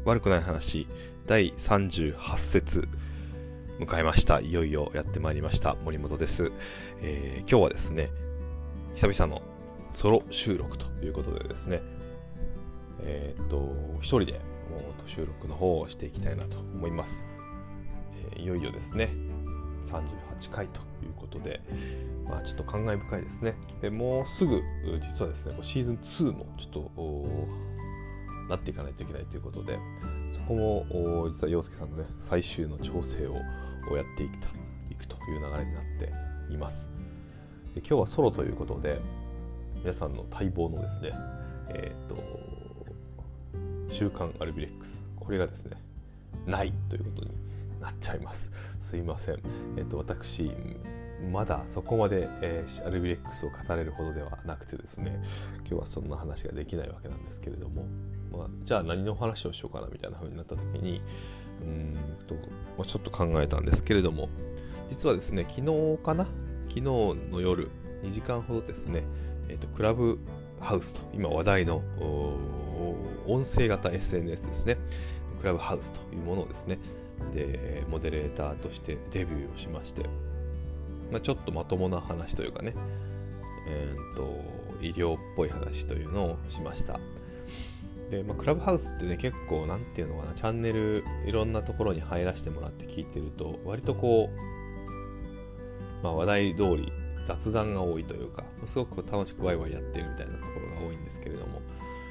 悪くない話第38節迎えました。いよいよやってまいりました。森本です。今日はですね、久々のソロ収録ということでですね、一人で収録の方をしていきたいなと思います。いよいよですね、38回ということで、ちょっと感慨深いですね。でもうすぐ実はですね、シーズン2もちょっとなっていかないといけないということで、そこも実は陽介さんのね最終の調整をやっていくという流れになっています。で今日はソロということで、皆さんの待望のですね、週刊アルビレックス、これがですねないということになっちゃいます。すいません。私まだそこまで、アルビレックスを語れるほどではなくてですね、今日はそんな話ができないわけなんですけれども、じゃあ何の話をしようかなみたいな風になった時にちょっと考えたんですけれども、実はですね、昨日の夜2時間ほどですね、クラブハウスと今話題の音声型 SNS ですね、クラブハウスというものをですね、でモデレーターとしてデビューをしまして、ちょっとまともな話というかね、医療っぽい話というのをしました。で、クラブハウスってね、結構なんていうのかな、チャンネルいろんなところに入らせてもらって聞いてると、割と話題通り雑談が多いというか、すごく楽しくワイワイやってるみたいなところが多いんですけれども、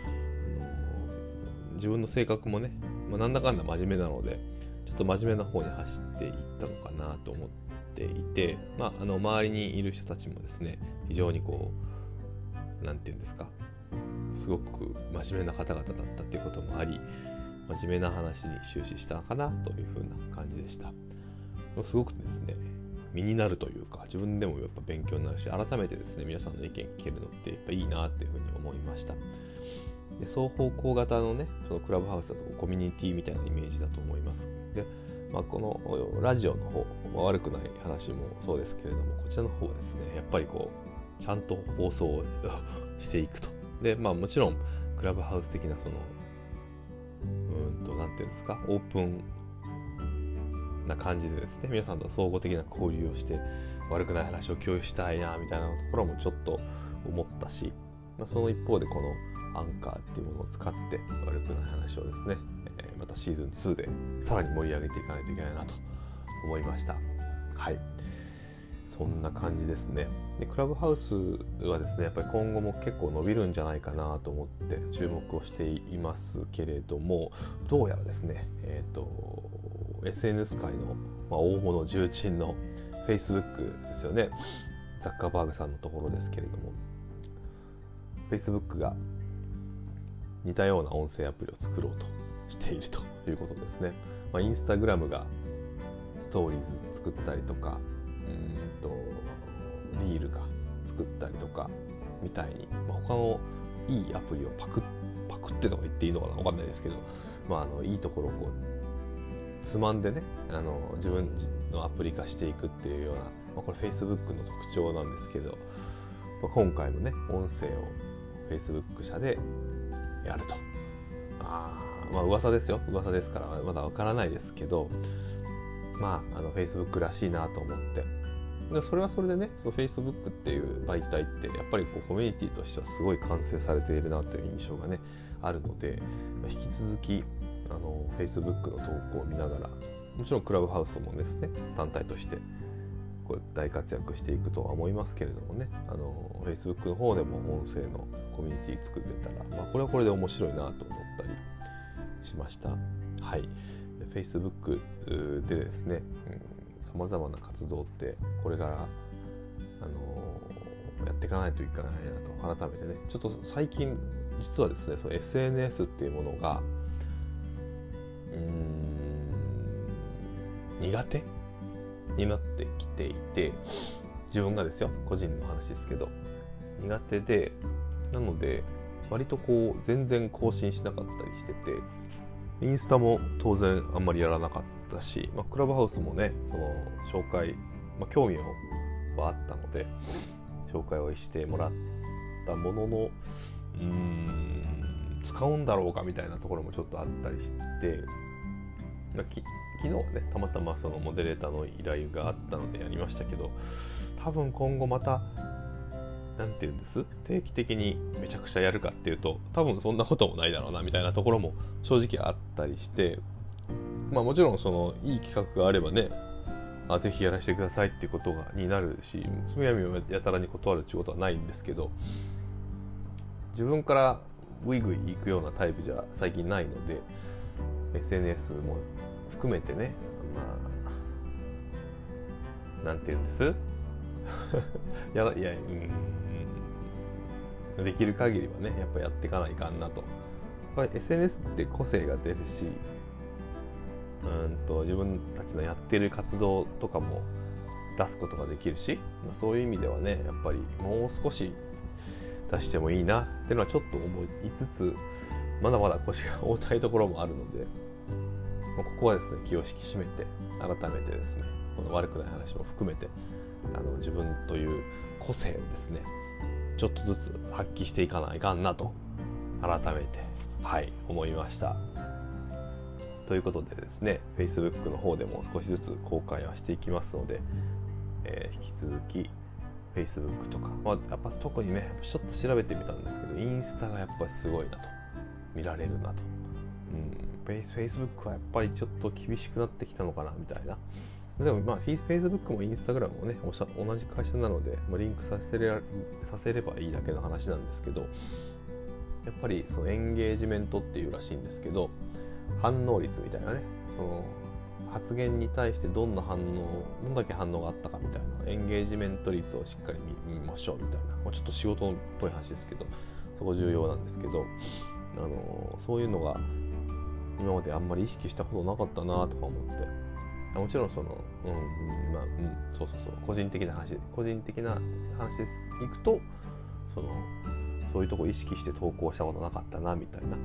自分の性格もね、なんだかんだ真面目なので、ちょっと真面目な方に走っていったのかなと思っていて、周りにいる人たちもですね、非常になんていうんですか、すごく真面目な方々だったっていうこともあり、真面目な話に終始したかなというふうな感じでした。すごくですね、身になるというか、自分でもやっぱ勉強になるし、改めてですね、皆さんの意見聞けるのってやっぱいいなっていうふうに思いました。で、双方向型のね、そのクラブハウスだとコミュニティみたいなイメージだと思います。で、このラジオの方、悪くない話もそうですけれども、こちらの方はですね、やっぱりちゃんと放送をしていくと。で、もちろんクラブハウス的ななんていうんですか、オープンな感じでですね、皆さんと総合的な交流をして悪くない話を共有したいなみたいなところもちょっと思ったし、その一方でこのアンカーっていうものを使って悪くない話をですね、またシーズン2でさらに盛り上げていかないといけないなと思いました。はい、そんな感じですね。でクラブハウスはですね、やっぱり今後も結構伸びるんじゃないかなと思って注目をしていますけれども、どうやらですね、SNS 界の、大物重鎮の Facebook ですよね、ザッカーバーグさんのところですけれども、 Facebook が似たような音声アプリを作ろうとしているということですね。インスタグラムがストーリーズ作ったりとか、リールが作ったりとかみたいに、他のいいアプリをパクってとか言っていいのかな、わかんないですけど、いいところをつまんでね、自分のアプリ化していくっていうような、これ Facebook の特徴なんですけど、今回もね、音声を Facebook 社でやると。噂ですよ。噂ですからまだわからないですけど、Facebook らしいなと思って。でそれはそれでね、その Facebook っていう媒体ってやっぱりコミュニティとしてはすごい完成されているなという印象がねあるので、引き続きFacebook の投稿を見ながら、もちろんクラブハウスもですね、単体として大活躍していくとは思いますけれどもね、Facebook の方でも音声のコミュニティ作れたら、これはこれで面白いなと思ったりしました。はい。Facebook でですね、様々な活動ってこれからやっていかないといけないなと改めてね、ちょっと最近実はですね、その SNS っていうものが苦手になってきていて、自分がですよ、個人の話ですけど苦手で、なので割と全然更新しなかったりしてて、インスタも当然あんまりやらなかったし、クラブハウスもね、その紹介、興味はあったので紹介をしてもらったものの、 使うんだろうかみたいなところもちょっとあったりして、昨日はねたまたまそのモデレーターの依頼があったのでやりましたけど、多分今後またなんていうんです、定期的にめちゃくちゃやるかっていうと多分そんなこともないだろうなみたいなところも正直あったりして、もちろんそのいい企画があればね、ぜひやらせてくださいっていうことになるし、むやみやたらに断るっていうことはないんですけど、自分からグイグイ行くようなタイプじゃ最近ないので、 SNS も含めてね、なんていうんですできる限りはねやっぱやっていかないかんなと。SNS って個性が出るし、自分たちのやってる活動とかも出すことができるし、そういう意味ではねやっぱりもう少し出してもいいなっていうのはちょっと思いつつ、まだまだ腰が重たいところもあるので、ここはですね気を引き締めて改めてですね、この悪くない話も含めて自分という個性をですねちょっとずつ発揮していかないかんなと改めて思いました。ということでですね、 Facebook の方でも少しずつ公開はしていきますので、引き続き Facebook とか、やっぱ特にねちょっと調べてみたんですけど、インスタがやっぱりすごいなと、見られるなと、Facebook はやっぱりちょっと厳しくなってきたのかなみたいな。でもFacebook も Instagram もね同じ会社なので、リンクさせればいいだけの話なんですけど、やっぱりそのエンゲージメントっていうらしいんですけど、反応率みたいなね、その発言に対してどんだけ反応があったかみたいなエンゲージメント率をしっかり見ましょうみたいな、ちょっと仕事っぽい話ですけど、そこ重要なんですけど、そういうのが今まであんまり意識したことなかったなとか思って、もちろんその個人的な話でいくと、そういうとこ意識して投稿したことなかったなみたいな、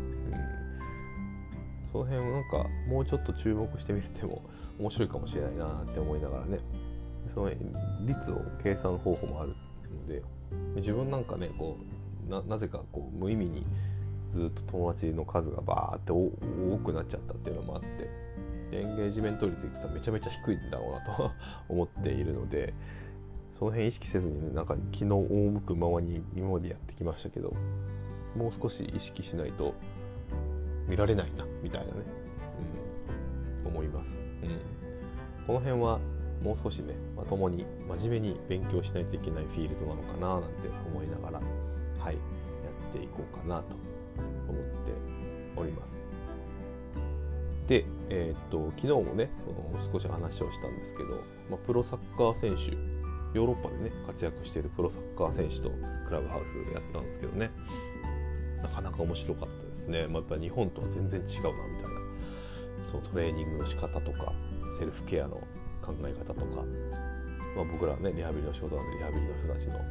その辺をなんかもうちょっと注目してみても面白いかもしれないなって思いながらね、その率を計算方法もあるので、自分なんかねなぜか無意味にずっと友達の数がバーって多くなっちゃったっていうのもあって、エンゲージメント率いくとめちゃめちゃ低いんだろうなと思っているので、その辺意識せずにね、なんか気の赴くままに今までやってきましたけど、もう少し意識しないと見られないなみたいなね、思います。この辺はもう少しね、まともに真面目に勉強しないといけないフィールドなのかななんて思いながら、やっていこうかなと思っております。で、昨日もね少し話をしたんですけど、プロサッカー選手、ヨーロッパでね活躍しているプロサッカー選手とクラブハウスでやったんですけどね、なかなか面白かったですね。やっぱり日本とは全然違うなみたいな、そのトレーニングの仕方とかセルフケアの考え方とか、僕らはねリハビリの仕事なんで、リハビリの人たちの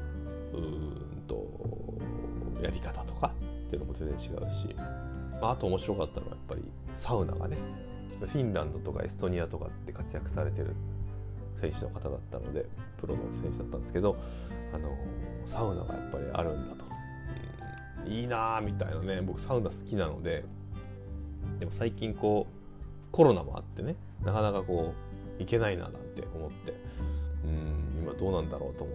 やり方とかっていうのも全然違うし、あと面白かったのはやっぱりサウナがね、フィンランドとかエストニアとかって活躍されてる選手の方だったので、プロの選手だったんですけど、サウナがやっぱりあるんだと、いいなみたいなね。僕サウナ好きなので、でも最近コロナもあってね、なかなか行けないななんて思って、今どうなんだろうと思って、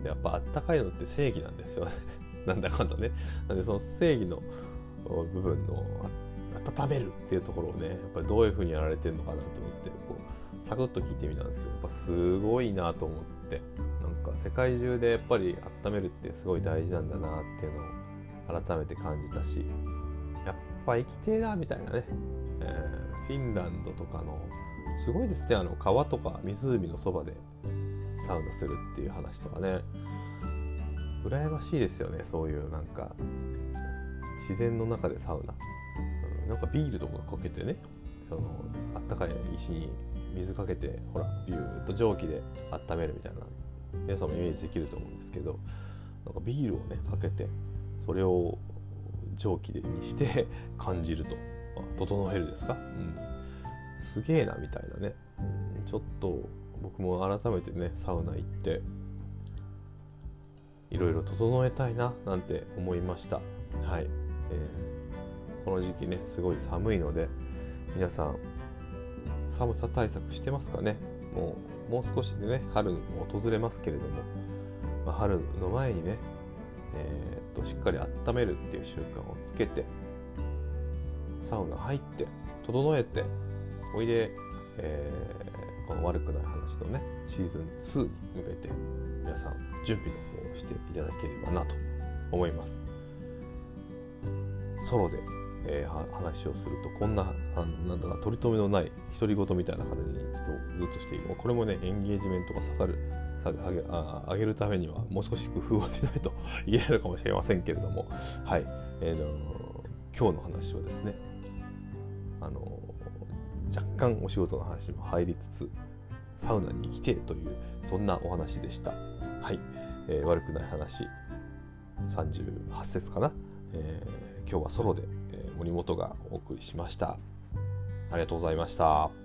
やっぱあったかいのって正義なんですよねなんだかんだね。なんでその正義の部分の温めるっていうところをね、やっぱりどういう風にやられてるのかなと思って、サクッと聞いてみたんですけど、やっぱすごいなと思って、なんか世界中でやっぱり温めるってすごい大事なんだなっていうのを改めて感じたし、やっぱ生きてえなみたいなね、フィンランドとかのすごいですね、川とか湖のそばでサウナするっていう話とかね、羨ましいですよね。そういうなんか自然の中でサウナ、なんかビールとかかけてね、あったかい石に水かけてビューッと蒸気で温めるみたいな、皆さんもイメージできると思うんですけど、なんかビールをねかけてそれを蒸気にして感じると、整えるですか、すげえなみたいなね、ちょっと僕も改めてねサウナ行っていろいろ整えたいななんて思いました。 この時期ねすごい寒いので、皆さん寒さ対策してますかね。もう少しでね春も訪れますけれども、春の前にね、しっかり温めるっていう習慣をつけて、サウナ入って整えておいで、この悪くない話のねシーズン2に向けて皆さん準備の方をしていただければなと思います。ソロで、話をするとこんななんだか取り留めのない独り言みたいな感じにずっとしている。これもねエンゲージメントが上げるためにはもう少し工夫をしないといけないのかもしれませんけれども、はい、今日の話はですね、若干お仕事の話も入りつつサウナに来てというそんなお話でした。はい、悪くない話38節かな、今日はソロで、森本がお送りしました。ありがとうございました。